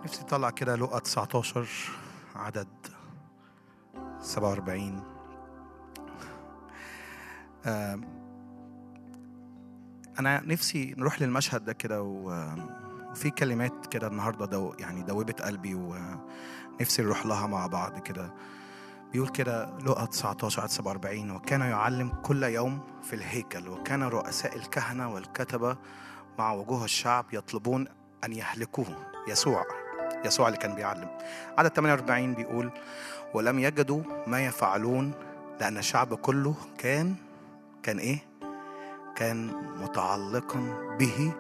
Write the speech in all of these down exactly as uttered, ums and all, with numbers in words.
نفسي طلع كده لقى تسعتاشر عدد سبعة وأربعين. آه أنا نفسي نروح للمشهد ده كده، وفي كلمات كده النهاردة دو يعني دوبت قلبي، ونفسي نروح لها مع بعض كده. بيقول كده لقى تسعتاشر عدد سبعة وأربعين: وكان يعلم كل يوم في الهيكل، وكان رؤساء الكهنة والكتبة مع وجوه الشعب يطلبون أن يهلكوه. يسوع يسوع اللي كان بيعلم. عدد ثمانية وأربعين بيقول: ولم يجدوا ما يفعلون لأن الشعب كله كان كان إيه؟ كان متعلقا به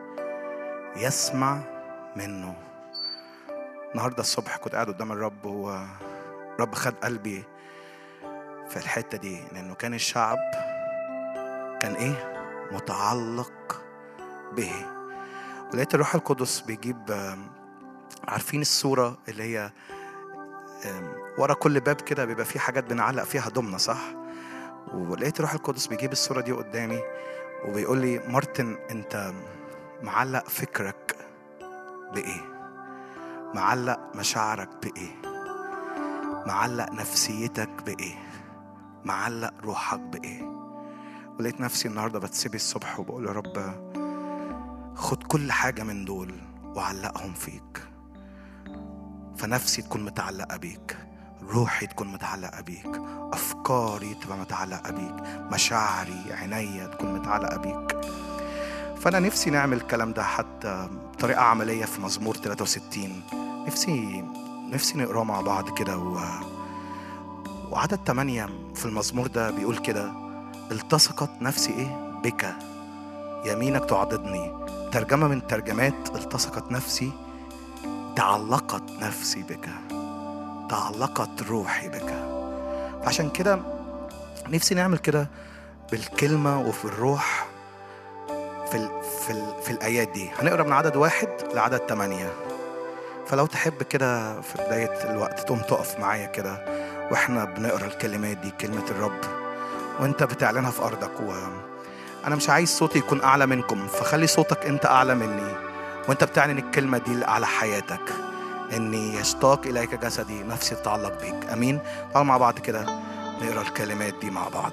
يسمع منه. النهاردة الصبح كنت قاعد قدام الرب، ورب خد قلبي في الحتة دي، لأنه كان الشعب كان إيه؟ متعلق به. ولقيت الروح القدس بيجيب، عارفين الصورة اللي هي ورا كل باب كده بيبقى فيه حاجات بنعلق فيها ضمنة، صح؟ ولقيت الروح القدس بيجيب الصورة دي قدامي وبيقول لي: مارتن، انت معلق فكرك بإيه؟ معلق مشاعرك بإيه؟ معلق نفسيتك بإيه؟ معلق روحك بإيه؟ ولقيت نفسي النهاردة بتسيبي الصبح وبقول يا رب خد كل حاجة من دول وعلقهم فيك، فنفسي تكون متعلقة بيك، روحي تكون متعلقة بيك، أفكاري تبقى متعلقة بيك، مشاعري عينيا تكون متعلقة بيك. فأنا نفسي نعمل الكلام ده حتى بطريقة عملية في مزمور ثلاثة وستين. نفسي نفسي نقرأ مع بعض كده. و... وعدد ثمانية في المزمور ده بيقول كده: التصقت نفسي إيه؟ بك، يمينك تعضدني. ترجمة من ترجمات التصقت نفسي: تعلقت نفسي بك، تعلقت روحي بك. عشان كده نفسي نعمل كده بالكلمة وفي الروح في ال في ال في الآيات دي. هنقرأ من عدد واحد لعدد ثمانية. فلو تحب كده في بداية الوقت تقوم تقف معايا كده واحنا بنقرأ الكلمات دي، كلمة الرب، وانت بتعلنها في أرضك. وأنا مش عايز صوتي يكون أعلى منكم، فخلي صوتك انت أعلى مني وانت بتعلن الكلمة دي على حياتك. إني يشتاق إليك جسدي، نفسي تتعلق بيك. أمين. تعالوا مع بعض كده نقرأ الكلمات دي مع بعض.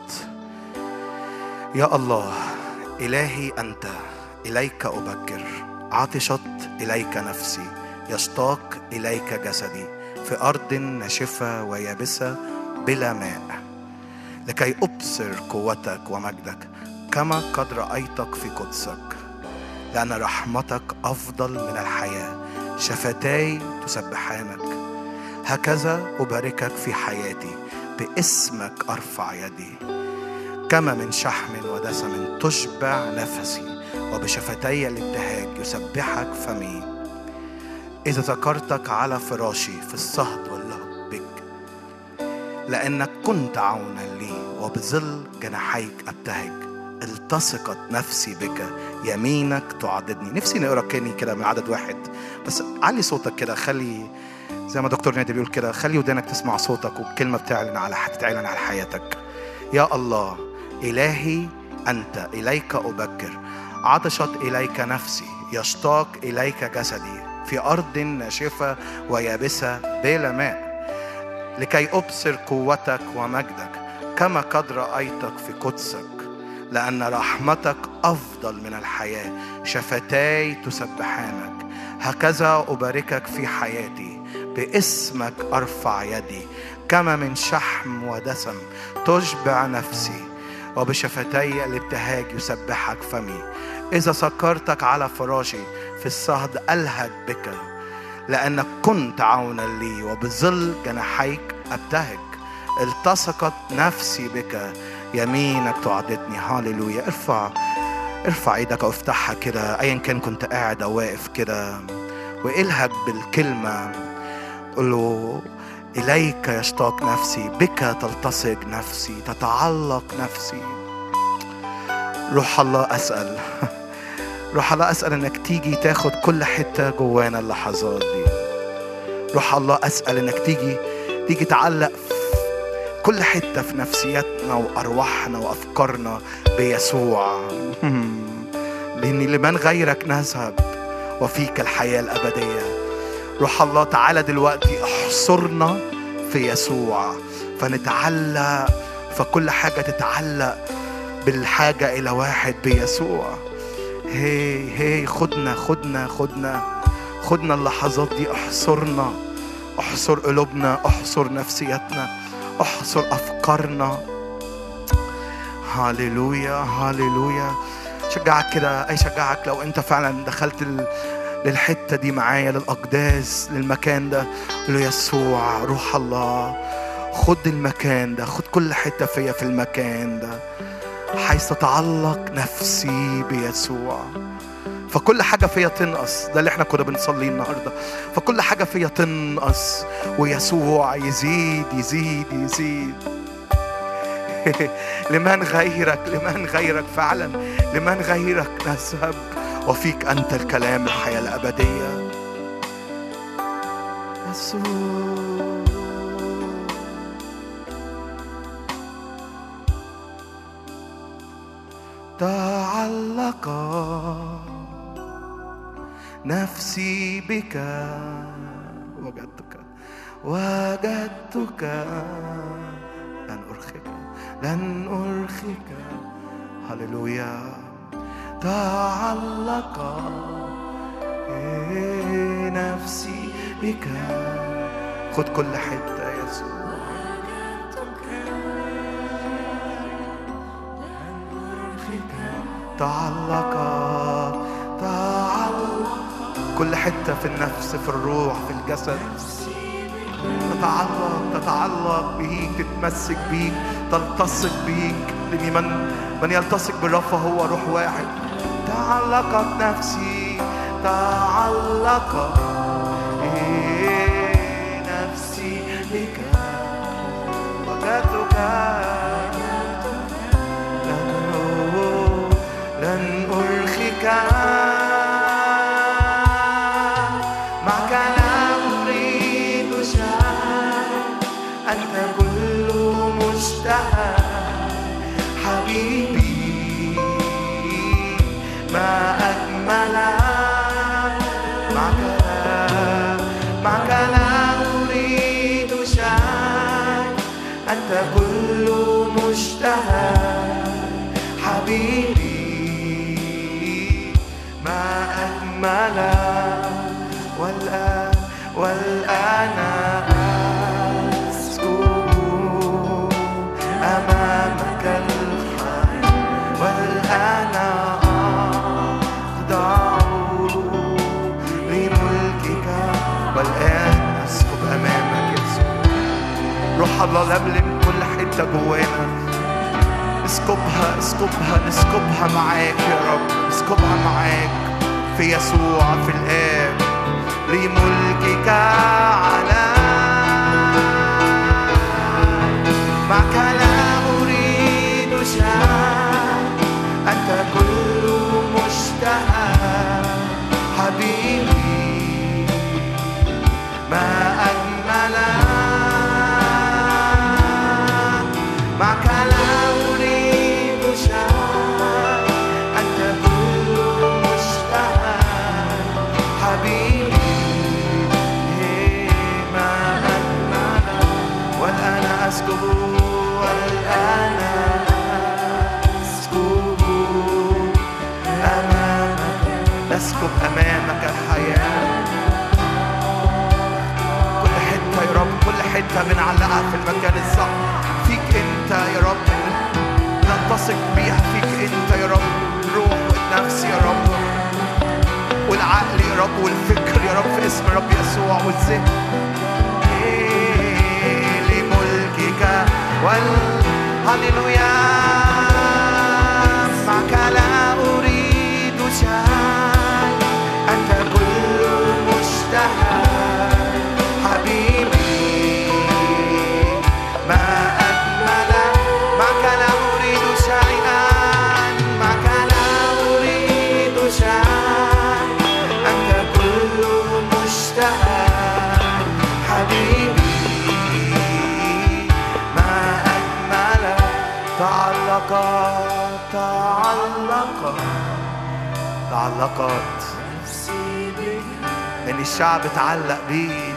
يا الله إلهي أنت، إليك أبكر، عطشت إليك نفسي، يشتاق إليك جسدي في أرض ناشفة ويابسة بلا ماء، لكي أبصر قوتك ومجدك كما قد رأيتك في قدسك. لأن رحمتك أفضل من الحياة، شفتاي تسبحانك. هكذا أباركك في حياتي، باسمك أرفع يدي. كما من شحم ودسم تشبع نفسي، وبشفتي الابتهاج يسبحك فمي. إذا ذكرتك على فراشي في الصهد واللهب بك، لأنك كنت عونا لي وبظل جناحيك أبتهج. التصقت نفسي بك، يمينك تعضدني. نفسي نقرأ كاني كده من عدد واحد، بس علي صوتك كده، خلي زي ما دكتور نادي بيقول كده، خلي ودانك تسمع صوتك وبكلمة بتعلن على تتعلن على حياتك. يا الله إلهي أنت، إليك أبكر، عطشت إليك نفسي، يشتاق إليك جسدي في أرض ناشفة ويابسة بلا ماء، لكي أبصر قوتك ومجدك كما قد رأيتك في قدسك. لأن رحمتك أفضل من الحياة، شفتاي تسبحانك. هكذا أباركك في حياتي، باسمك أرفع يدي. كما من شحم ودسم تشبع نفسي، وبشفتي الابتهاج يسبحك فمي. إذا سكرتك على فراشي في الصهد ألهج بك، لأنك كنت عونا لي وبظل جناحيك أبتهج. التصقت نفسي بك، يمينك تعضدني. هاليلويا. ارفع ارفع ايدك او افتحها كده، ايا كان كنت قاعد او واقف كده، والهج بالكلمة. قل له: إليك يشتاق نفسي، بك تلتصق نفسي، تتعلق نفسي. روح الله أسأل روح الله أسأل انك تيجي تاخد كل حتة جوانا اللحظات دي. روح الله أسأل انك تيجي تيجي تعلق كل حتة في نفسياتنا وأرواحنا وأفكارنا بيسوع. لأن لمن غيرك نذهب وفيك الحياة الأبدية. روح الله تعالى دلوقتي احصرنا في يسوع فنتعلق، فكل حاجة تتعلق بالحاجة إلى واحد بيسوع. هي هي خدنا خدنا خدنا خدنا اللحظات دي، احصرنا، احصر قلوبنا، احصر نفسيتنا، احصر أفكارنا. هاليلويا هاليلويا. شجعك كده، أي شجعك لو أنت فعلا دخلت ال... للحتة دي معايا، للأقداس، للمكان ده، له يسوع روح الله خد المكان ده، خد كل حتة فيا في المكان ده حيث تتعلق نفسي بيسوع. فكل حاجة فيا تنقص، ده اللي احنا كنا بنصليه النهاردة. فكل حاجة فيا تنقص ويسوع يزيد يزيد يزيد. لمن غيرك، لمن غيرك فعلا، لمن غيرك نذهب وفيك أنت الكلام الحياة الأبدية. يسوع تعلق نفسي بك، وجدتك وجدتك لن أرخك لن أرخك. هللويا. تعلق نفسي بك. خد كل حتة يسوع. تعلق تعلق كل حتة في النفس، في الروح، في الجسد. تتعلق تتعلق بيك، تتمسك بيك، تلتصق بيك. لمن من يلتصق بالرب فهو روح واحد. تعلقت نفسي، تعلق نفسي بك، وجدتك لن أرخك. معك لا أريد شيء، أنت كل مشتهى حبيبي. ما أجمل معك، معك لا أريد شيء، أنت كل مشتهى حبيبي. ما أجمل. والآن والآن أسكب أمامك الحي، والآن أخضع لملكك، والآن أسكب أمامك يسوع. روح الله لملم كل حتة جوانا، اسكبها اسكبها اسكبها معاك يا رب، اسكبها معاك في يسوع في الآب. لملكك على معك لا أريد شيء، أنت كل مشتهى حبيبي. ما أجمل معك لا أريد شيء، أنت كل مشتهى حبيبي. ما أجمل. والآن أسكب، والآن أسكب أمامك، نسكب أمامك الحياة. كل حتة يا رب، كل حتة بنعلقها في المكان الصح فيك أنت يا رب، نلتصق بيها فيك أنت يا رب. الروح والنفس يا رب، والعقل يا رب، والفكر يا رب في اسم رب يسوع، والذهن. إيه لملكك والهللويا. معك لا أريد شيء، أنت كل مشتهى حبيبي. ما أجمل. معك لا أريد شيئا، معك لا أريد شيئا، أنت كل مشتهى حبيبي. ما أجمل. تعلقت تعلقت تعلقت نفسي بك، لأن الشعب اتعلق بيه.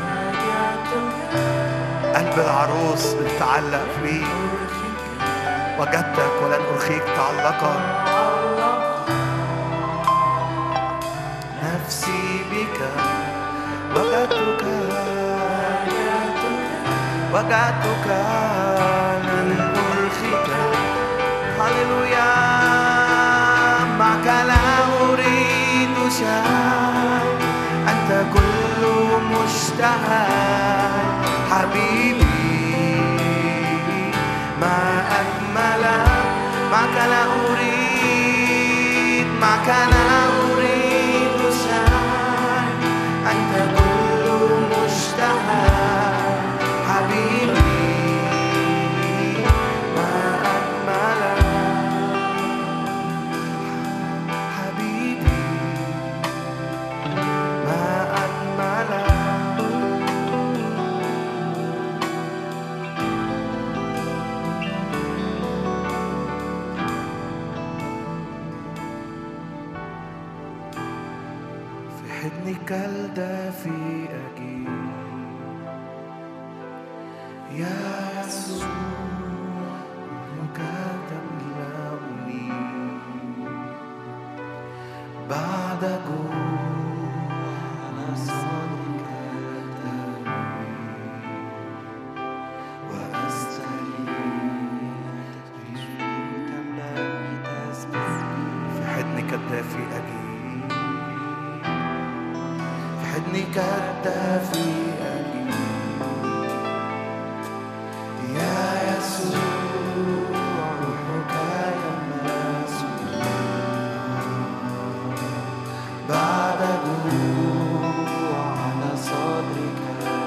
قلب العروس بتتعلق فيه. وجدتك ولن أرخيك تعلقا، نفسي بك وجدتك وجدتك لن أرخيك. هللويا. معك لا أريد شيء، أنت كل مشتهى حبيبي. ما أجمل معك لا أريد، معك لا أريد شيء، أنت كل مشتهى حبيبي. ما أجمل حبيبي، ما أجمل. حضنك الدافئ أجيء يا يسوع، روحك تملأني بعد جوع على صدرك تهوي وأستريح تملأني تسبح. في حضنك الدافئ أجيء، حضنك الدافئ أجيء يا يسوع، روحك يملأني بعد جوع على صدرك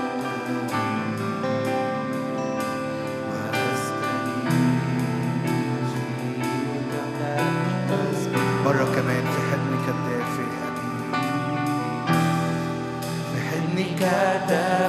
وأستريح. مرة كمان في حضنك الدافئ أجيء، حضنك الدافئ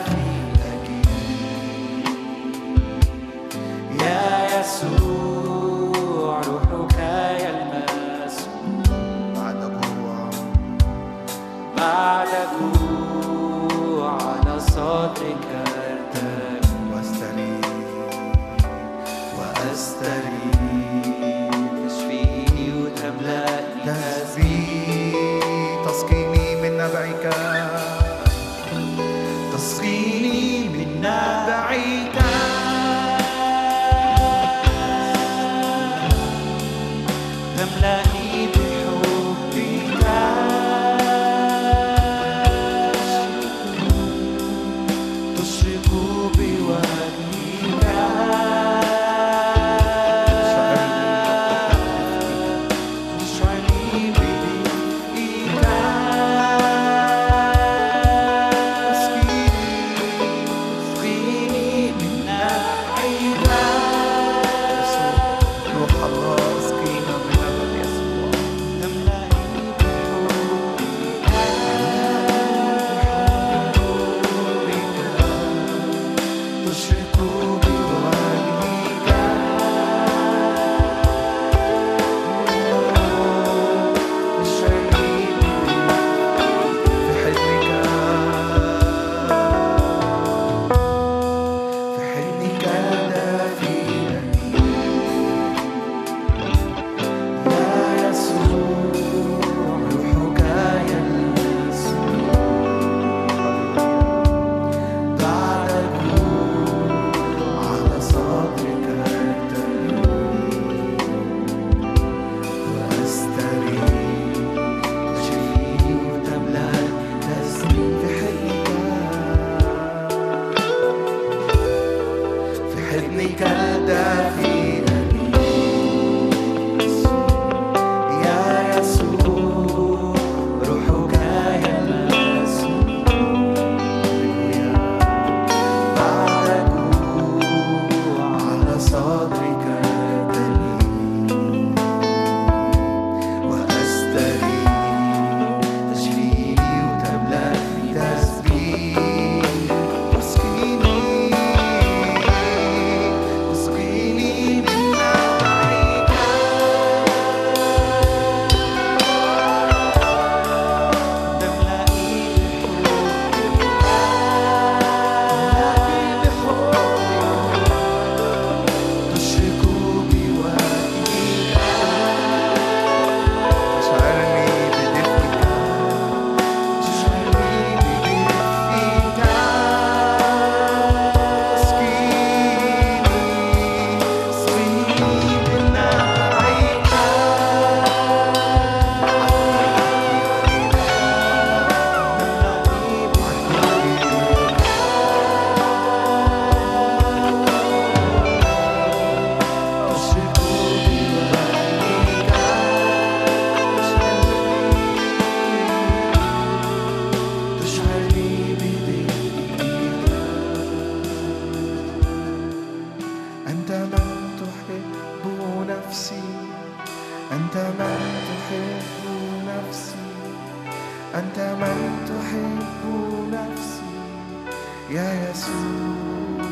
أنت من تحب نفسي يا يسوع،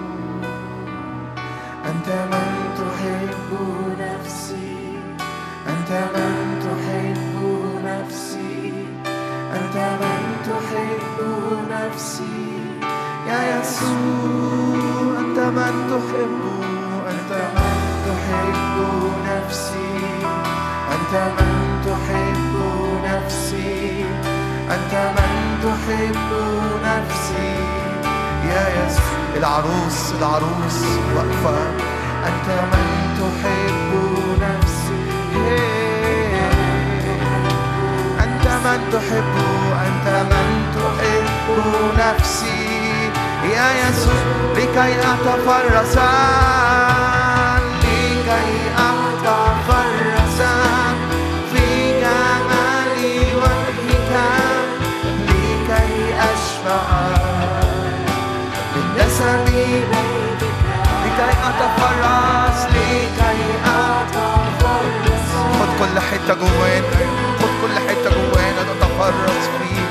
أنت من تحب نفسي، أنت من تحب نفسي، أنت من تحب نفسي يا يسوع، أنت من تحب، أنت من تحب نفسي، أنت من تحب نفسي، أنت من تحب نفسي يا يسوع. العروس العروس واقفة، أنت من تحب نفسي، أنت من تحب، أنت من تحب نفسي يا يسوع، لكي أتفرس لكي أتفرس في جمال وجهك، لكي أشبع من دسم بيتك، لكي أتفرس لكي أتفرس. خد كل حتة جوانا، خد كل حتة جوانا تتفرس فيك،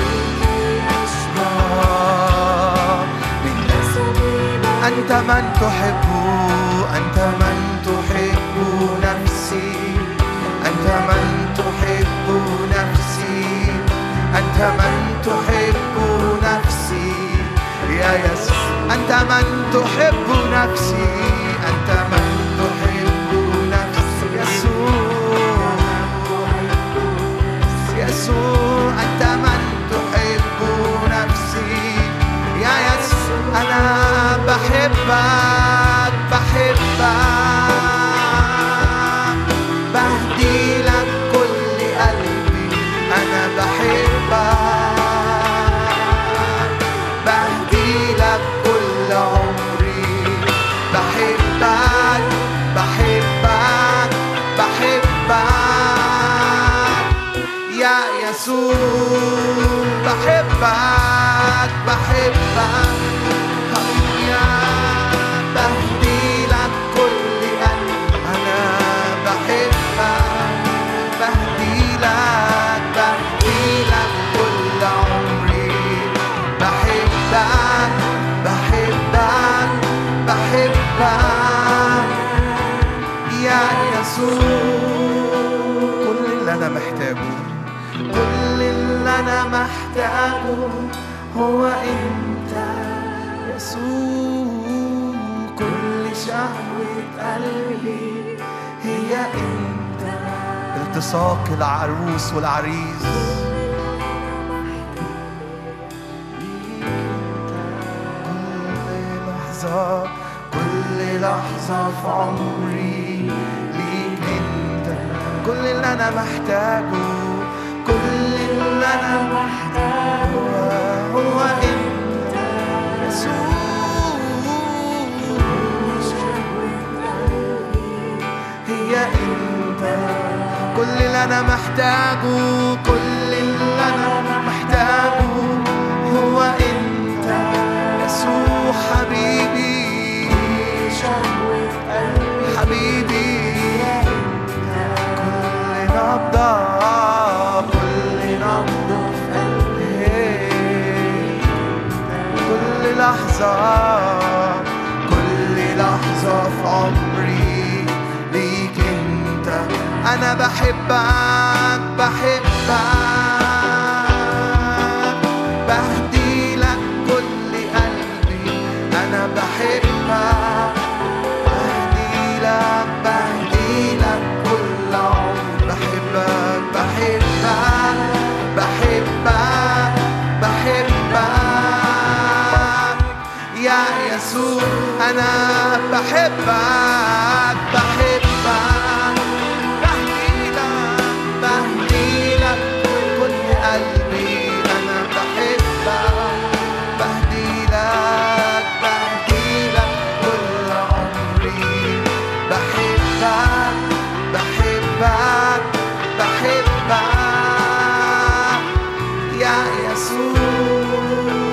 أنت من تحب، أنت من تحب نفسي، أنت من تحب نفسي، أنت من تحب نفسي يا يسوع، أنت من تحب نفسي، أنت من تحب نفسي يسوع، يسوع أنت من تحب نفسي يا يسوع، أنا بحبك بحبك بهدي لك كل قلبي، أنا بحبك بهدي لك كل عمري، بحبك بحبك بحبك يا يسوع، بحبك بحبك بهدي لك كل قلبي، أنا بحبك بهدي لك بهدي لك كل عمري، بحبك بحبك بحبك يا يسوع. كل اللي أنا محتاجه، كل اللي أنا محتاجه هو أنت يسوع، كل شهوة قلبي هي أنت. التصاق العروس والعريس، كل لحظة كل لحظة في عمري ليك أنت، كل اللي أنا محتاجه، كل اللي أنا محتاجه هو أنت يسوع، هي أنت، كل اللي أنا محتاجه، كل اللي أنا محتاجه هو أنت يسوع حبيبي حبيبي، كل نبضة كل نبضة في قلبي، كل لحظة كل لحظة في عمري ليك أنت، أنا بحبك بحبك بهدي لك كل قلبي، أنا بحبك بهدي لك بهدي لك كل عمر، بحبك بحبك بحبك بحبك يا يسوع، أنا بحبك بحبك بهدي لك بهدي لك كل قلبي، أنا بحبك بهدي لك بهدي لك كل عمري، بحبك بحبك بحبك يا يسوع.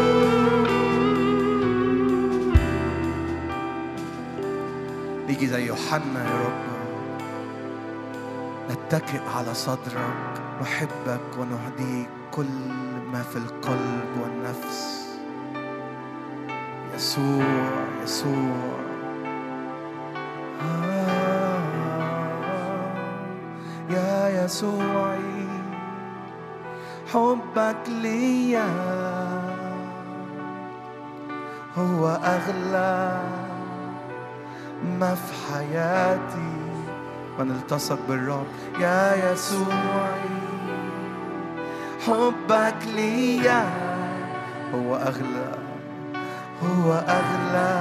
نيجي زي يوحنا يا رب، نتكئ على صدرك، نحبك ونهديك كل ما في القلب والنفس. يسوع يسوع آه يا يسوعي، حبك ليا هو أغلى ما في حياتي. ونلتصق بالرب. يا يسوعي حبك ليا هو أغلى، هو أغلى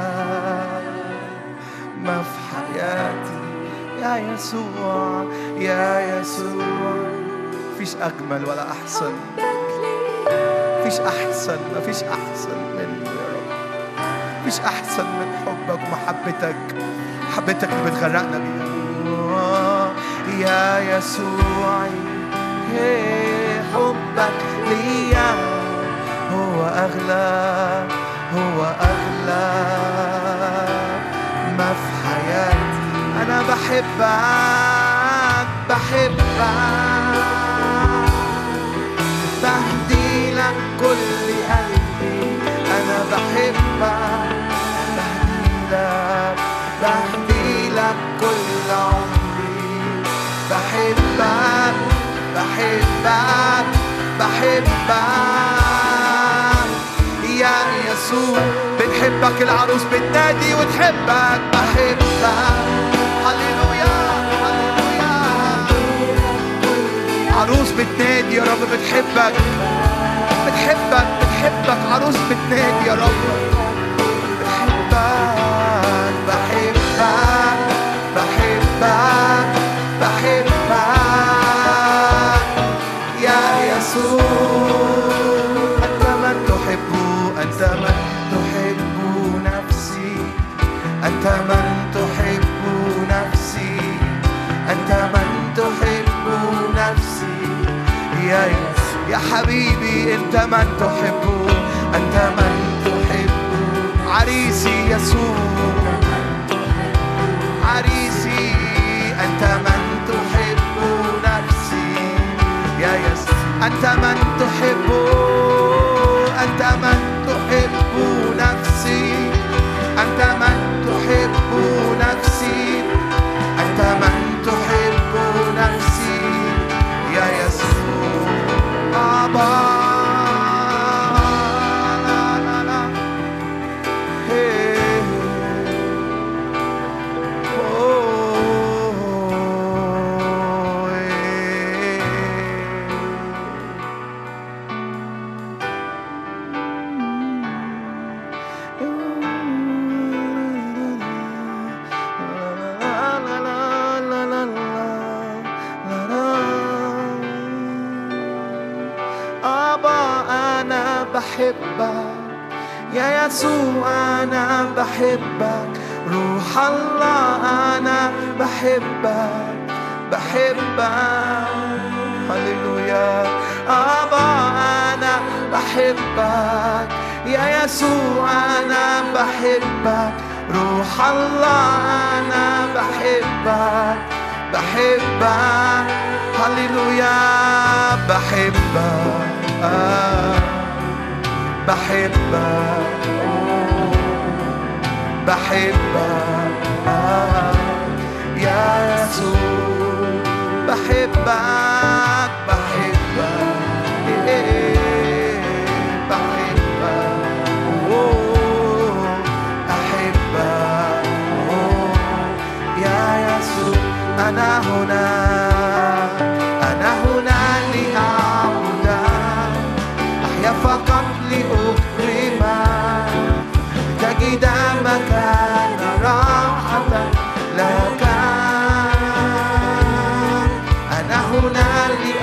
ما في حياتي. يا يسوع يا يسوع، مفيش أجمل ولا أحسن، مفيش أحسن، مفيش أحسن منه يا رب. مفيش أحسن من حبك ومحبتك، محبتك اللي بتغرقنا بيها. يا يسوعي حبك ليا هو أغلى، هو أغلى ما في حياتي. أنا بحبك بحبك، بهدي لك كل قلبي. أنا بحبك بهدي لك، بهدي لك كل عمري. بحبك بحبك بحبك يا يسوع. بنحبك، العروس بتنادي وتحبك. بحبك هللويا هللويا. عروس بتنادي يا رب، بتحبك بتحبك بتحبك. عروس بتنادي يا رب، بحبك بحبك بحبك بحبك يا يسوع. أنت من تحب، أنت من تحب نفسي، أنت من تحب نفسي، أنت من تحب نفسي يا يسوع. يا حبيبي أنت من تحب، أنت من تحب. عريسي يسوع، عريسي أنت من تحب نفسي يا يسوع. أنت من تحب، أنت من تحب نفسي، أنت من تحب نفسي، أنت من تحب نفسي يا يسوع. أبا لا لا لا هي بحبك يا يسوع، أنا بحبك. روح الله أنا بحبك بحبك. هللويا. أبا أنا بحبك يا يسوع، أنا بحبك. روح الله أنا بحبك بحبك. هللويا. بحبك آه. بحبك بحبك آه يا يسوع. بحبك بحبك إيه بحبك أوه أحبك أوه يا يسوع. أنا هنا أنا هنا لأعبدك، أحيا فقط لأكرمك، تجد مكان راحتك لك. أنا هنا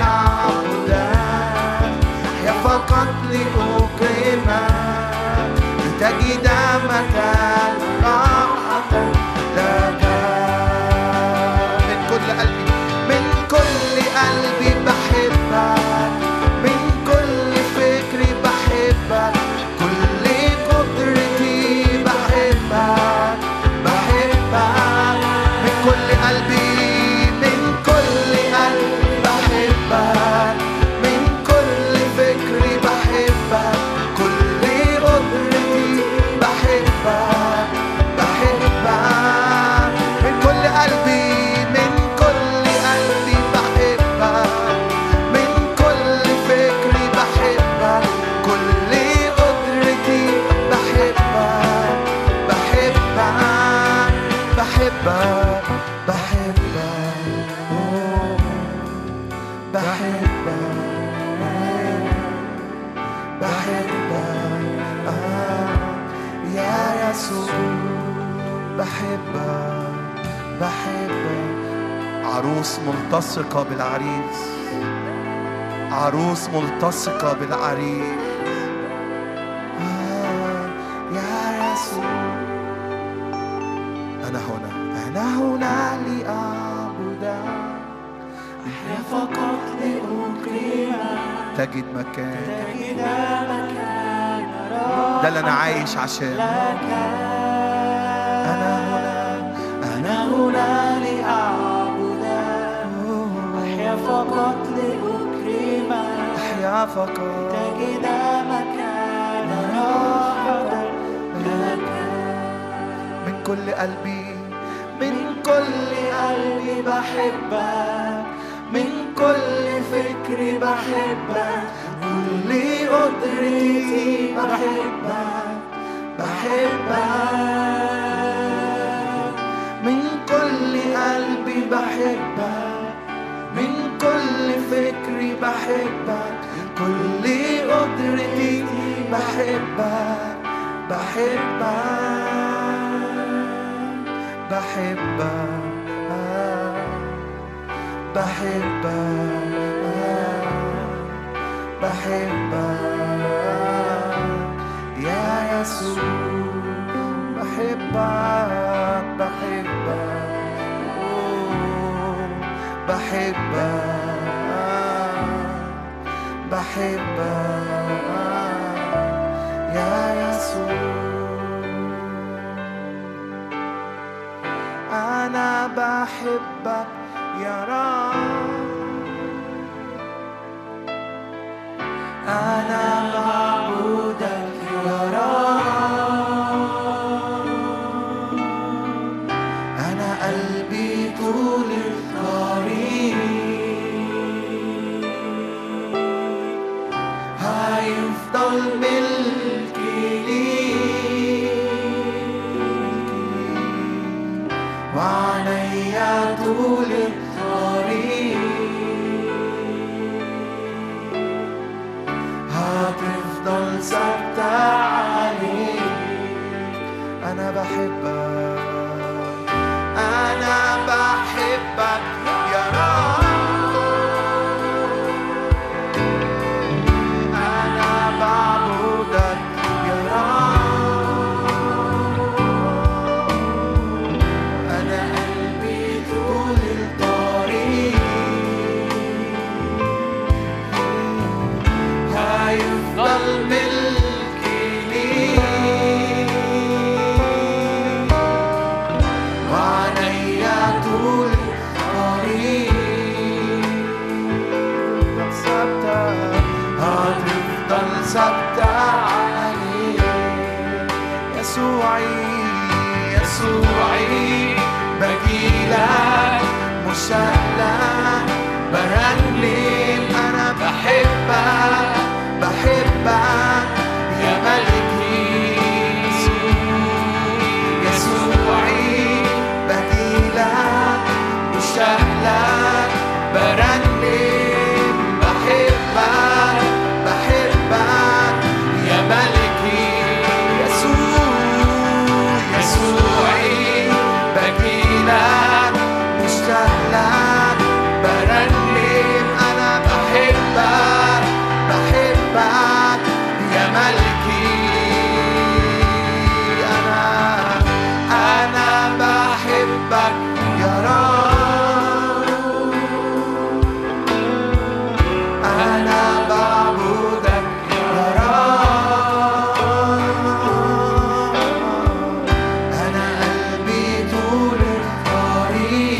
عروس ملتصقة بالعريس، عروس ملتصقة بالعريس. آه يا يسوع أنا هنا، أنا هنا لأعبدك، أحيا فقط لأقيمك، تجد مكان، تجد مكان راحة ده اللي أنا عايش عشان لك. أنا هنا، أنا هنا لأعبدك، أحيا فقط لأكرمك، أحيا فقط تجد مكان راحة لك. من كل قلبي، من كل قلبي بحبك، من كل فكري بحبك، كل قدرتي بحبك بحبك. من كل قلبي بحبك، من كل فكري بحبك، كل قدرتي بحبك بحبك بحبك بحبك بحبك يا يسوع، بحبك بحبك أوه، بحبك بحبك يا يسوع. أنا بحبك يا رب، أنا بعبدك يا رب، أنا قلبي طول الطريق هيفضل ملكي ليك، وعليا طول الطريق هتفضل ثابتة عليك. أنا بحبك، أنا بحبك يا رب، أنا بعبدك يا رب، أنا قلبي طول الطريق هيفضل ملكي ليك، وعليا طول الطريق ثابتة، هتفضل ثابتة عليك. يسوعي يسوعي بجيلك مشلل برنم، أنا بحبك بحبك يا ملكي. يسوعي بجيلك مشلل برنم، بحبك بحبك يا ملكي. يسوع يسوعي بجيلك مشتاق برنم، أنا بحبك بحبك يا ملكي. أنا أنا بحبك يا رب، أنا بعبدك يا رب، أنا قلبي طول الطريق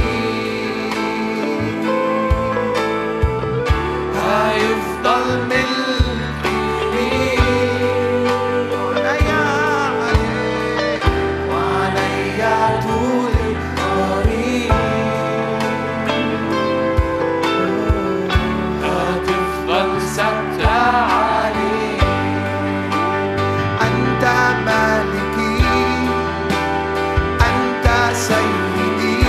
هيفضل ملكي ليك، وعليا عليك، وعليا طول الطريق هتفضل ثابتة عليك. أنت مالكي، أنت سيدي،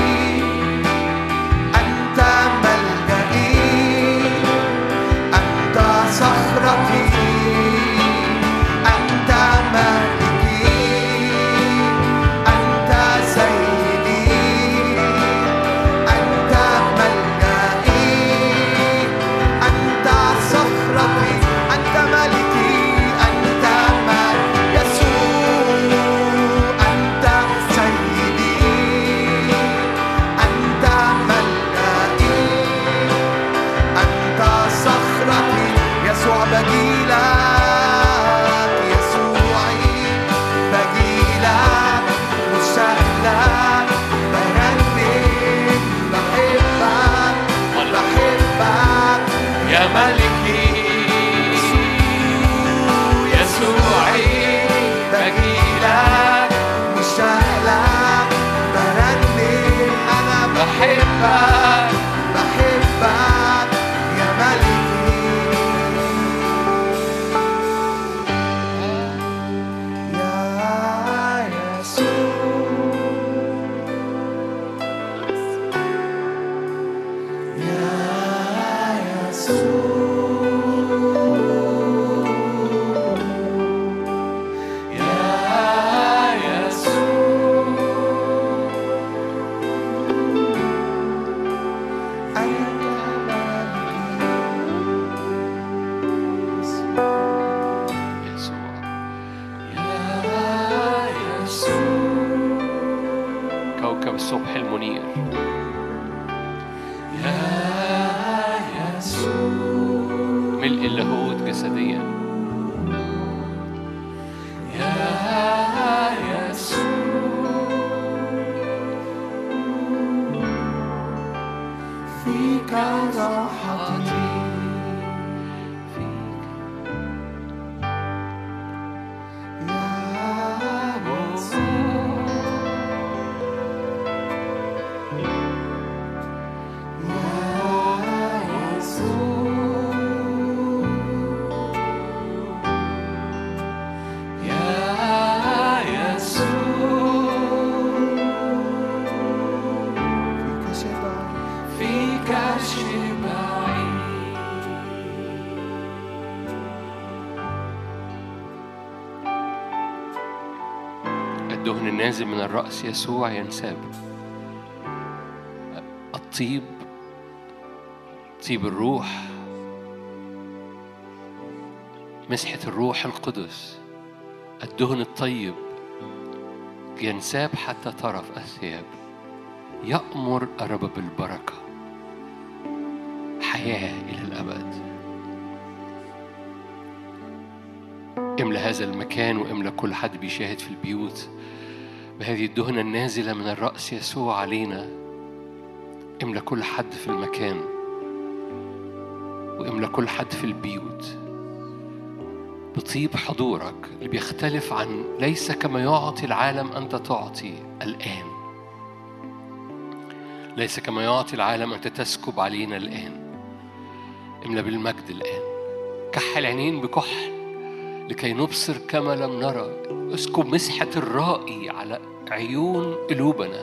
أنت ملجئي، أنت صخرتي، أنت مالكي، أنت سيدي، أنت ملجئي، الصبح المنير. يا يسوع ملء اللاهوت جسديا. يا يسوع فيك راحتي الدهن النازل من الرأس يسوع ينساب. الطيب، طيب الروح، مسحة الروح القدس، الدهن الطيب ينساب حتى طرف الثياب. يأمر الرب بالبركة، حياة إلى الأبد. املى هذا المكان واملى كل حد بيشاهد في البيوت بهذه الدهنة النازلة من الرأس يسوع علينا. املى كل حد في المكان واملى كل حد في البيوت بطيب حضورك اللي بيختلف عن ليس كما يعطي العالم أنت تعطي الآن. ليس كما يعطي العالم أنت تسكب علينا الآن. املى بالمجد الآن. كحل عينين بكحل لكي نبصر كما لم نرى. اسكب مسحة الرائي على عيون قلوبنا.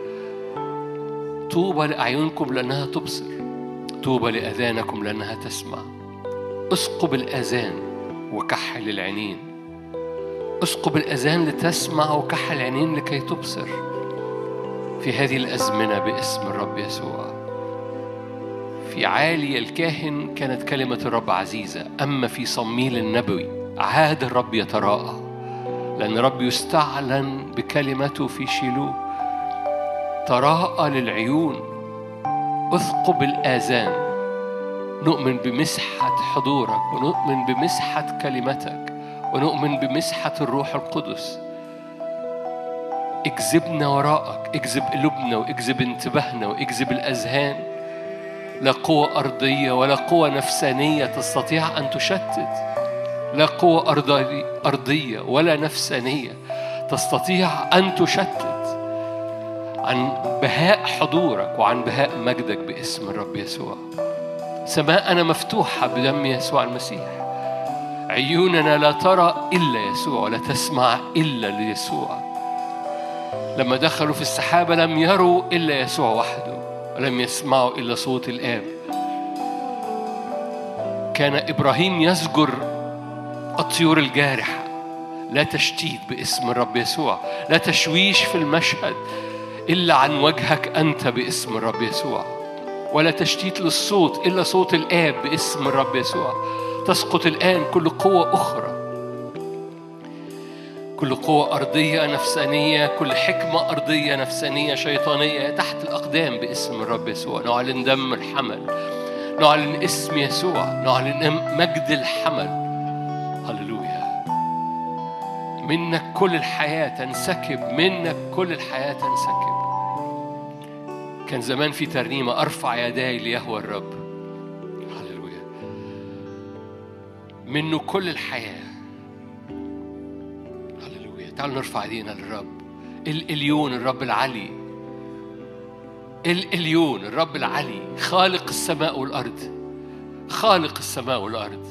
طوبى لأعينكم لأنها تبصر، طوبى لأذانكم لأنها تسمع. اسكب الأذان وكحل العينين. اسكب الأذان لتسمع وكحل العينين لكي تبصر في هذه الأزمنة باسم الرب يسوع. في عالي الكاهن كانت كلمة الرب عزيزة، أما في صموئيل النبوي عاد الرب يتراءى، لأن الرب يستعلن بكلمته في شيلو. تراءى للعيون. اثقب الآذان. نؤمن بمسحة حضورك ونؤمن بمسحة كلمتك ونؤمن بمسحة الروح القدس. اجذبنا وراءك، اجذب قلوبنا واجذب انتباهنا واجذب الأذهان. لا قوة أرضية ولا قوة نفسانية تستطيع أن تشتت. لا قوة أرضية ولا نفسانية تستطيع أن تشتت عن بهاء حضورك وعن بهاء مجدك باسم الرب يسوع. سماءنا مفتوحة بدم يسوع المسيح. عيوننا لا ترى إلا يسوع ولا تسمع إلا ليسوع. لما دخلوا في السحابة لم يروا إلا يسوع وحده ولم يسمعوا إلا صوت الآب. كان إبراهيم يزجر الطيور الجارحة. لا تشتيت باسم الرب يسوع. لا تشويش في المشهد إلا عن وجهك أنت باسم الرب يسوع. ولا تشتيت للصوت إلا صوت الآب باسم الرب يسوع. تسقط الآن كل قوة أخرى، كل قوة أرضية نفسانية، كل حكمة أرضية نفسانية شيطانية تحت الأقدام باسم الرب يسوع. نعلن دم الحمل، نعلن اسم يسوع، نعلن مجد الحمل. هللويا. منك كل الحياة تنسكب، منك كل الحياة تنسكب. كان زمان في ترنيمة أرفع يداي ليهوى الرب. هللويا. منه كل الحياة. هللويا. تعالوا نرفع ايدينا للرب. الإليون الرب العلي، الإليون الرب العلي، خالق السماء والأرض، خالق السماء والأرض.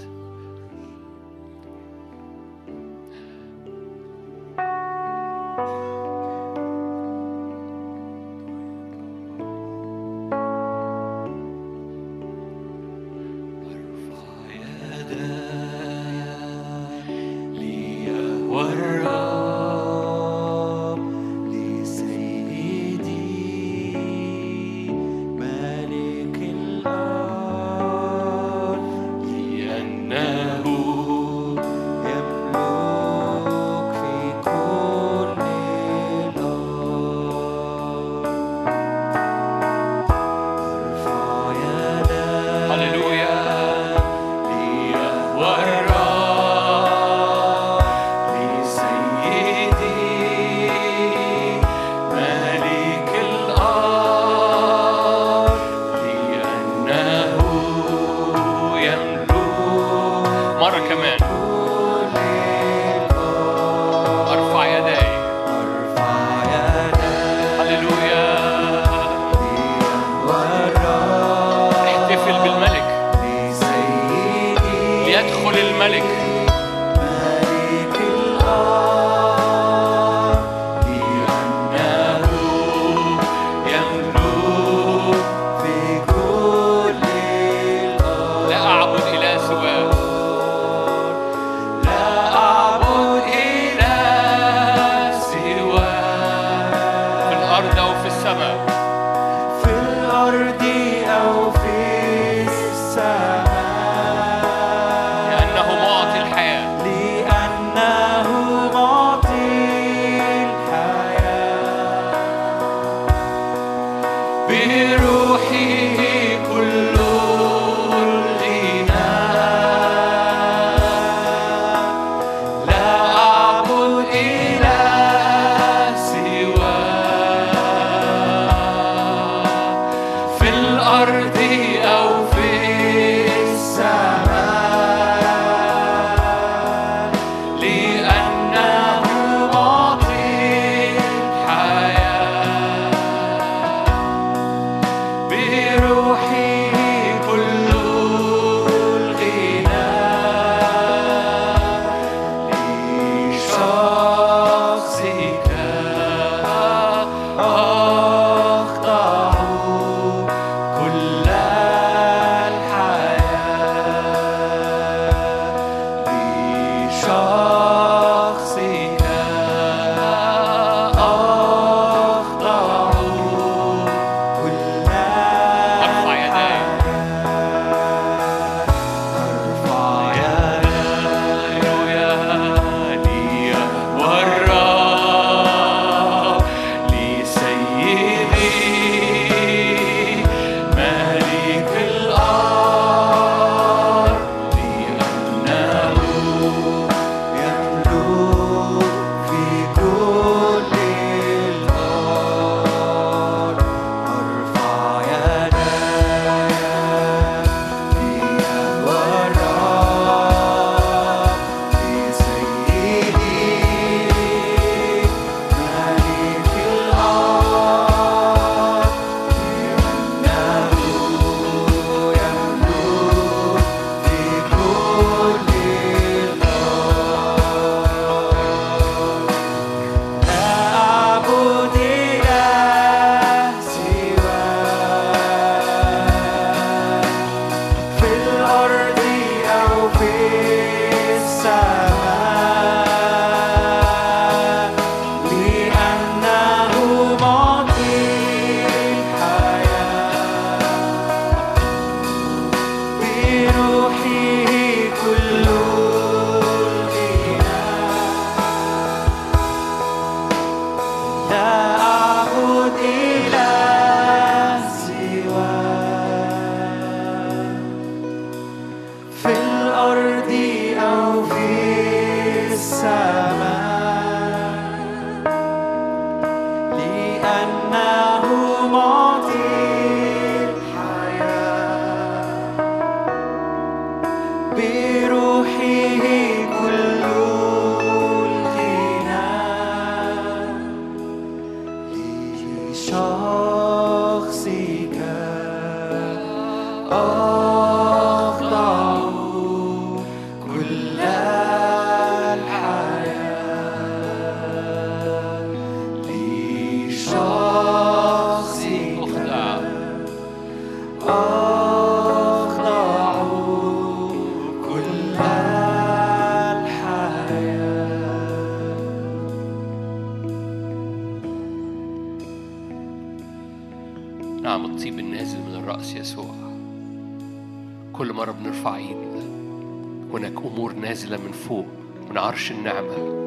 النعمة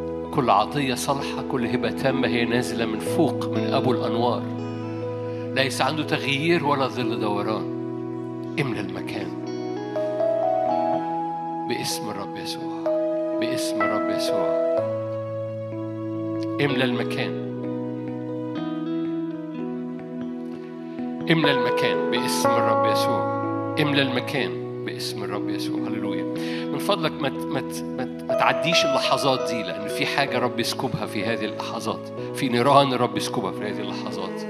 كل عطية صالحة كل هبة تامة هي نازلة من فوق من أبو الأنوار ليس عنده تغيير ولا ظل دوران. املى المكان باسم الرب يسوع، باسم الرب يسوع. املى المكان، املى المكان باسم الرب يسوع، املى المكان باسم الرب يسوع. هللويا. من فضلك ما ما ما تعديش اللحظات دي، لأن في حاجة رب يسكبها في هذه اللحظات، في نيران الرب يسكبها في هذه اللحظات،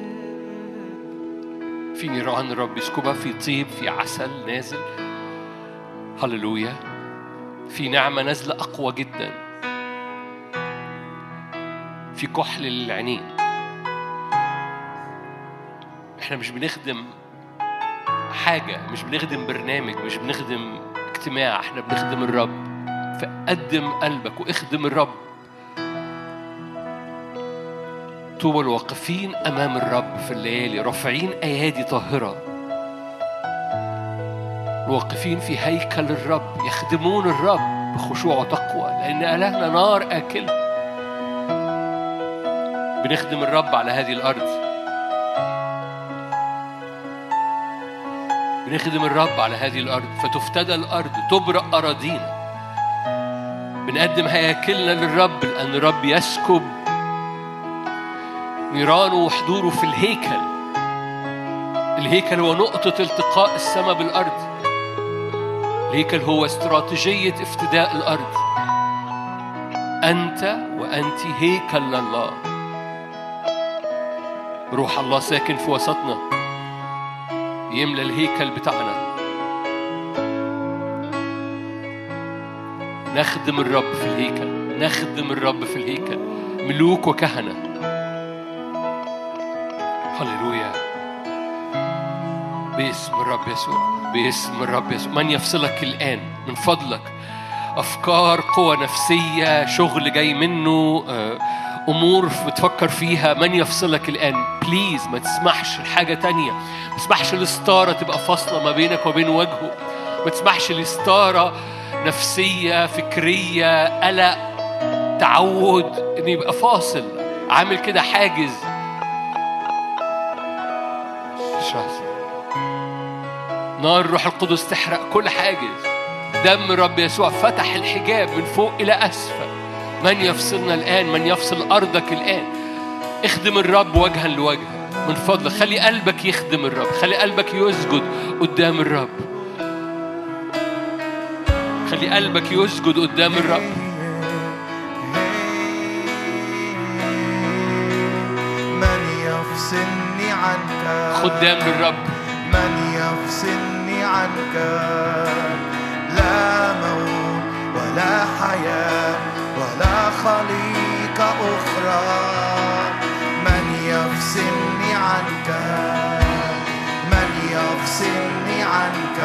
في نيران الرب يسكبها، في طيب، في عسل نازل. هللويا. في نعمة نازلة أقوى جدا، في كحل للعينين. احنا مش بنخدم حاجة، مش بنخدم برنامج، مش بنخدم اجتماع، احنا بنخدم الرب. فقدم قلبك واخدم الرب. طوبى الواقفين أمام الرب في الليالي رافعين أيادي طاهرة، الواقفين في هيكل الرب يخدمون الرب بخشوع وتقوى، لأن إلهنا نار آكل. بنخدم الرب على هذه الأرض، بنخدم الرب على هذه الأرض فتفتدى الأرض، تبرأ أراضينا. بنقدم هياكلنا للرب لأن الرب يسكب نيرانه وحضوره في الهيكل. الهيكل هو نقطة التقاء السماء بالأرض. الهيكل هو استراتيجية افتداء الأرض. أنت وأنت هيكل لله. روح الله ساكن في وسطنا يملى الهيكل بتاعنا. نخدم الرب في الهيكل، نخدم الرب في الهيكل ملوك وكهنة. هللويا. باسم الرب يسوع، باسم الرب يسوع. من يفصلك الآن من فضلك؟ أفكار، قوة نفسية، شغل جاي منه، أمور بتفكر فيها، من يفصلك الآن؟ بليز ما تسمحش لحاجة تانية. ما تسمحش لستارة تبقى فاصلة ما بينك وبين وجهه. ما تسمحش لستارة نفسية، فكرية، قلق، تعود إن يبقى فاصل، عامل كده حاجز. نار الروح القدس تحرق كل حاجز. دم الرب يسوع فتح الحجاب من فوق إلى أسفل. من يفصلنا الآن؟ من يفصل أرضك الآن؟ اخدم الرب وجها لوجه من فضلك. خلي قلبك يخدم الرب، خلي قلبك يسجد قدام الرب، خلي قلبك يسجد قدام الرب. من يفصلني عنك؟ خدام الرب. من يفصلني عنك؟ لا موت ولا حياة ولا خليقة أخرى. من يفصلني عنك؟ من يفصلني عنك؟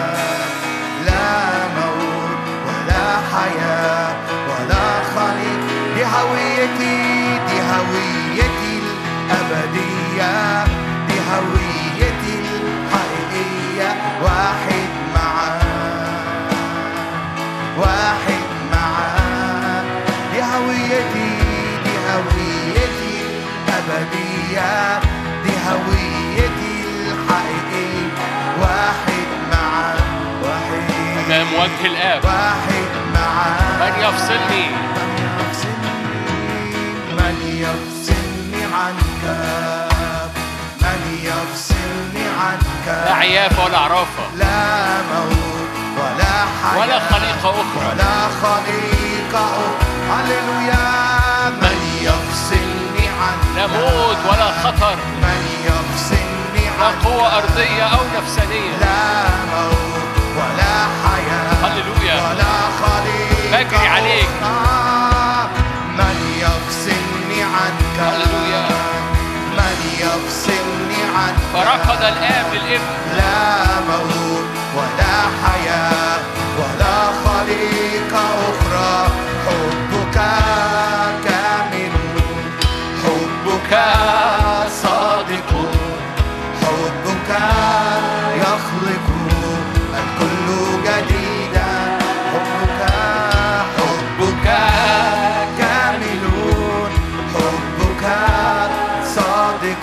لا موت ولا حياة ولا خليقة. دي هويتي، دي هويتي الأبدية، دي هويتي الحقيقية. واحد معاه، واحد معاه. دي هويتي، دي هويتي الأبدية، دي هويتي الحقيقية. واحد معاه، واحد أمام وجه الآب. واحد معاه. من يفصلني؟ من يفصلني؟ من يفصلني عنك؟ من يفصلني عنك؟ لا عيافة ولا عرافة، لا موت ولا حياة ولا خليقة أخرى، ولا خليقة أخرى. هللويا. من يفصلني عنك؟ لا موت ولا خطر، من يفصلني لا عنك؟ قوة أرضية أو نفسانية. لا موت ولا حياة هللويا. ولا خليقة بجري عليك. أخرى. من يفصلني عنك؟ هللويا. من يفصلني عنك؟ فرقد الآب للابن. لا موت ولا حياة ولا خليقة أخرى. حبك كامل، حبك صادق، حبك يخلق الكل جديدا. حبك، حبك كامل، حبك صادق،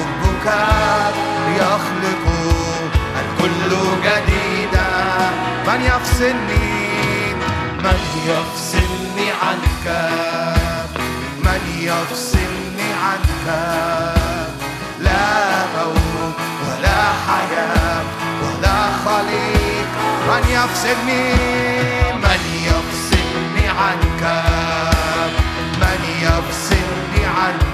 حبك يخلق الكل جديدا. من يفصلني من يفصلني عنك من يفصلني عنك لا موت ولا حياة ولا خليق من يفصلني من يفصلني عنك من يفصلني عنك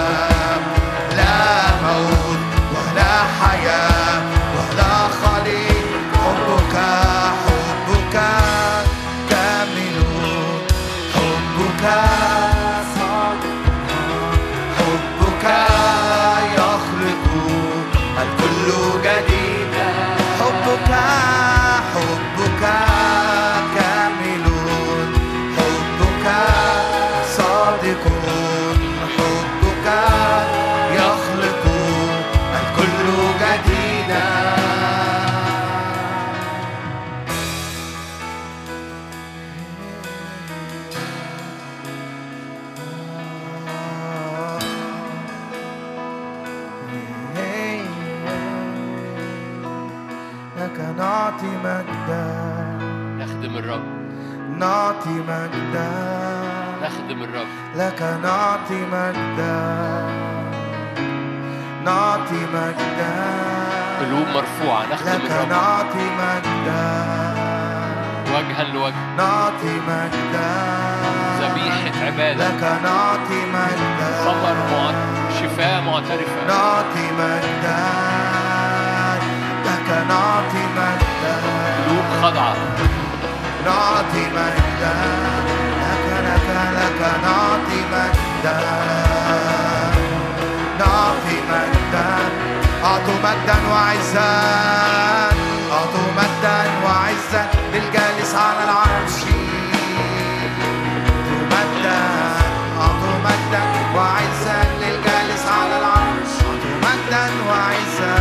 لا موت ولا حياة ولا خليق حبك حبك كامل حبك حبك يخلق الكل جديدا حبك حبك كامل حبك صادق حبك يخلق الكل جديدا لك نعطي مجدا نخدم الرب نعطي مجدا نخدم الرب لك نعطي مجدا نعطي مجدا قلوب مرفوعة نخدم لك الرب نعطي مجدا وجها لوجه نعطي مجدا ذبيحة عبادة لك نعطي مجدا ثمر مع... شفاء معترفة نعطي مجدا لك نعطي مجدا قلوب خضعة نعطي مجدا لك لك لك نعطي مجدا نعطي مجدا أعطوا مجدا وعزا أعطوا مجدا وعزا للجالس على العرش أعطوا مجدا أعطوا مجدا وعزا للجالس على العرش أعطوا مجدا وعزا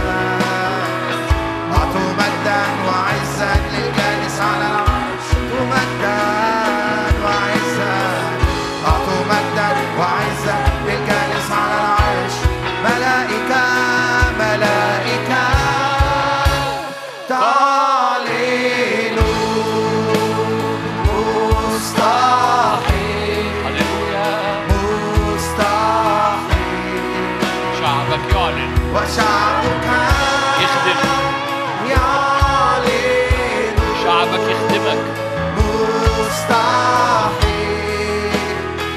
أعطوا مجدا وعزا للجالس على العرش أعطوا مجدا وعزا أعطوا مجدا وعزا للجالس على العرش ملائكة ملائكة تعلن مستحيل هللويا مستحيل شعبك يعلن وشعبك يخدم يعلن شعبك يخدمك مستحيل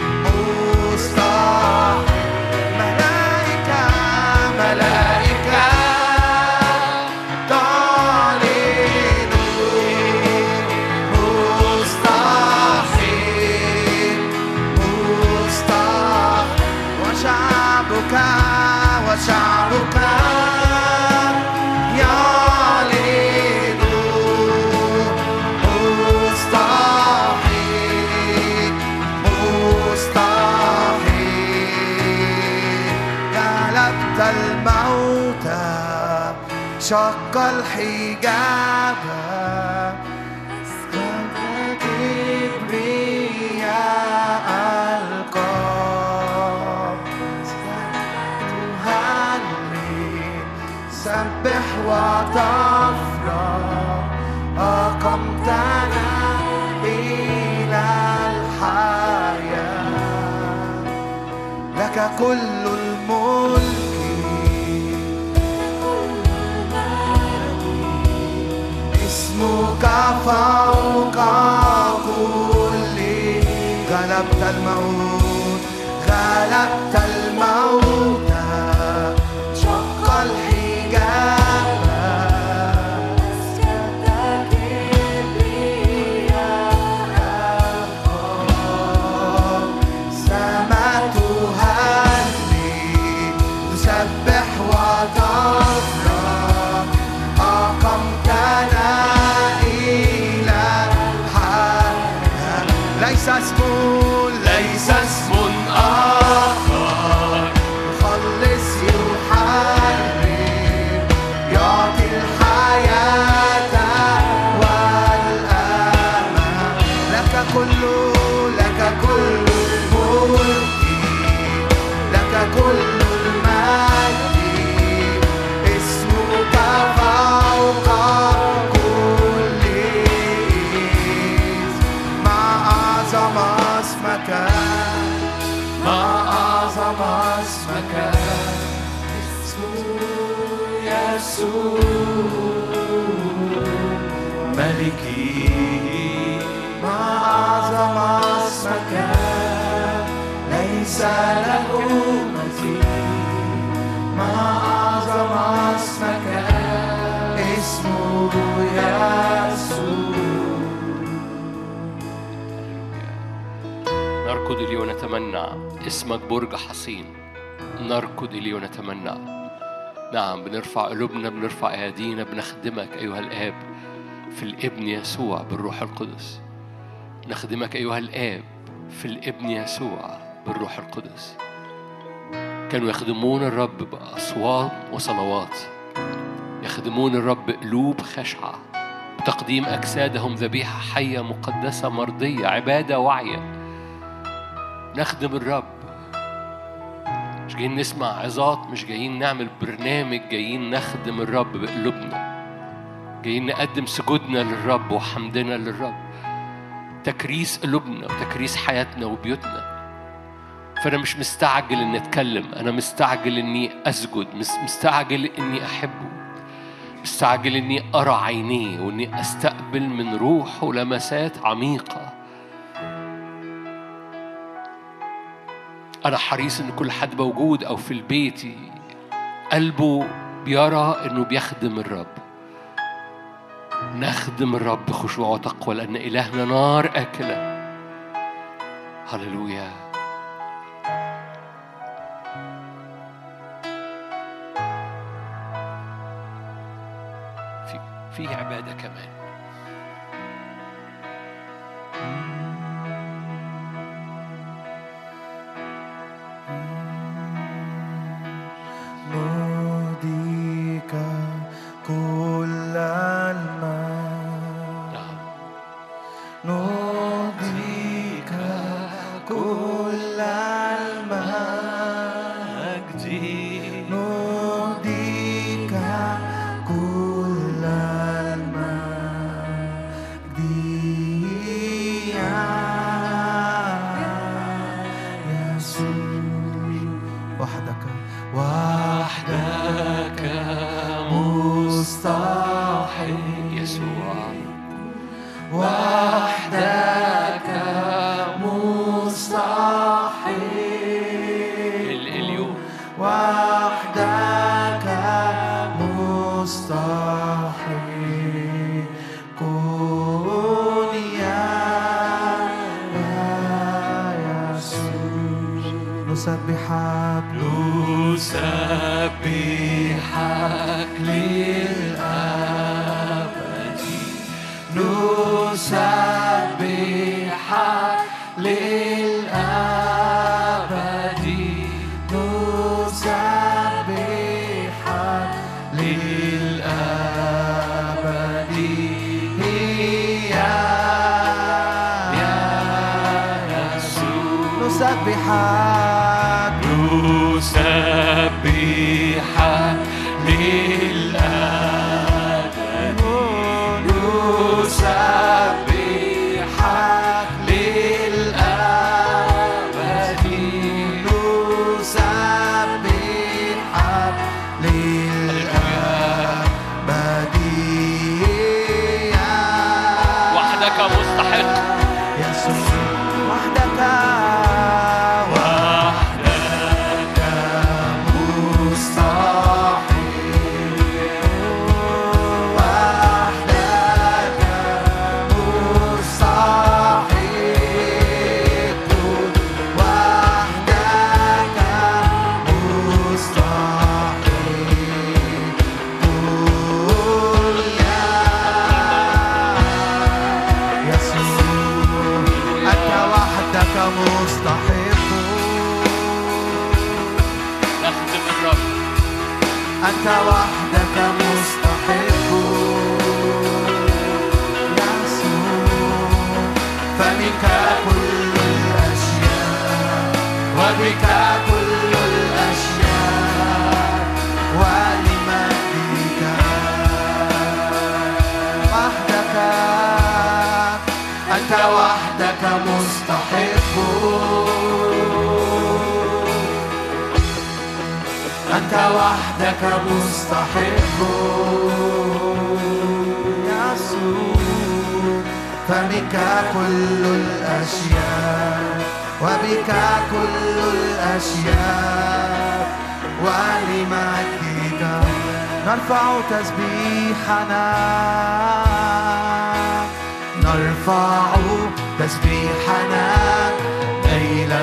مستحيل ملائكة ملائكة تعلن مستحيل مستحيل وشعبك وشعبك يعلن مستحيل مستحيل غلبت الموتى شق الحجاب كبرياء القاب تهلل سبح وتفرح أقمتنا إلى الحياة لك كل الملك اسمك فوق كل غلبت الموت غلبت الموت شق الحجاب سما تهلل تسبح وتفرح أقمتنا إلى الحياة ليس اسم ليس اسم آخر يخلص يحرر يعطي الحياة والأمان لك كل لك كل الملك لك كل المجد اسمك فوق كل اسمك اسمه يسوع ملكي ما أعظم اسمك ليس له مثيل ما أعظم اسمك اسمه يسوع. نركض إليه ونتمنى اسمك برج حصين، نركض إليه ونتمنى. نعم، بنرفع قلوبنا، بنرفع أيدينا، بنخدمك أيها الآب في الابن يسوع بالروح القدس. نخدمك أيها الآب في الابن يسوع بالروح القدس. كانوا يخدمون الرب بأصوات وصلوات، يخدمون الرب بقلوب خشعة، بتقديم أجسادهم ذبيحة حية مقدسة مرضية، عبادة واعية. نخدم الرب، مش جايين نسمع عظات، مش جايين نعمل برنامج، جايين نخدم الرب بقلوبنا، جايين نقدم سجودنا للرب وحمدنا للرب، تكريس قلوبنا وتكريس حياتنا وبيوتنا. فأنا مش مستعجل إني أتكلم، أنا مستعجل إني أسجد، مستعجل إني أحبه، مستعجل إني أرى عينيه وإني أستقبل من روحه لمسات عميقة. أنا حريص إن كل حد موجود أو في البيت قلبه بيرى إنه بيخدم الرب. نخدم الرب بخشوع وتقوى لأن إلهنا نار آكلة. هللويا. في في عبادة كمان. نوديك كل المجد، نوديك كل المجد، نوديك كل المجد يا يسوع. وحدك وحدك مستحيل يسوع، وحدك مستحيل اليوم وحدك مستحيل كن يا يسوع. نسبحك نسبحك للأبد، نسبحك للأبد، نسبحك للأبد يا يسوع. نسبحك نسبحك للأبد، نسبحك للأبد، نسبحك للأبد يا وحدك مستحق يسوع. وحدك وحدك مستحيل، وحدك مستحيل، وحدك مستحيل قل يا يسوع. أنت وحدك مستحق، نخدم الرب. أنت وحدك مستحق يسوع. فمنك كل الأشياء وبك كل الأشياء ولمجدك وحدك. أنت وحدك مستحق أنت وحدك مستحق يسوع، فبك كل الأشياء وبك كل الأشياء ولمجدك نرفع تسبيحنا، نرفع تسبيحنا ليلا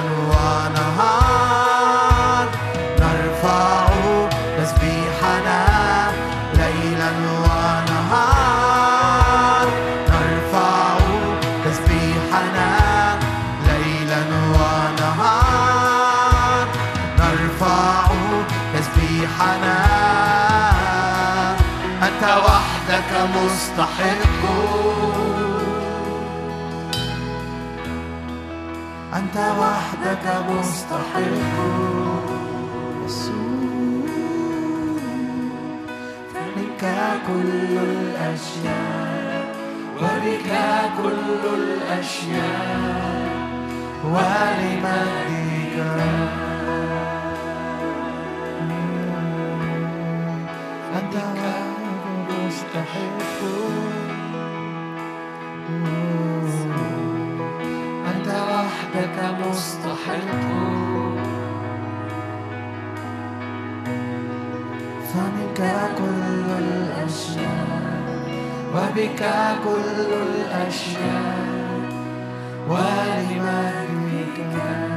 ونهار، نرفع تسبيحنا ليلا ونهار، نرفع تسبيحنا ليلا ونهار، نرفع تسبيحنا. أنت وحدك مستحق، أنت وحدك مستحق فمنك كل الأشياء وبك كل الأشياء ولمجدك أنت وحدك مستحق، أنت وحدك مستحق فمنك كل الأشياء وبك كل الأشياء ولمجدك.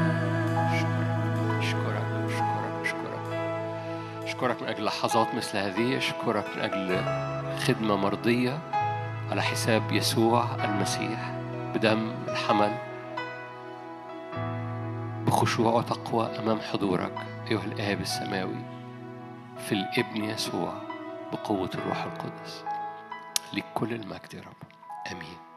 أشكرك أشكرك أشكرك أشكرك من أجل لحظات مثل هذه، أشكرك من أجل خدمة مرضية على حساب يسوع المسيح بدم الحمل، بخشوع وتقوى أمام حضورك أيها الآب السماوي في الابن يسوع بقوة الروح القدس. لكل المجد يا رب، آمين.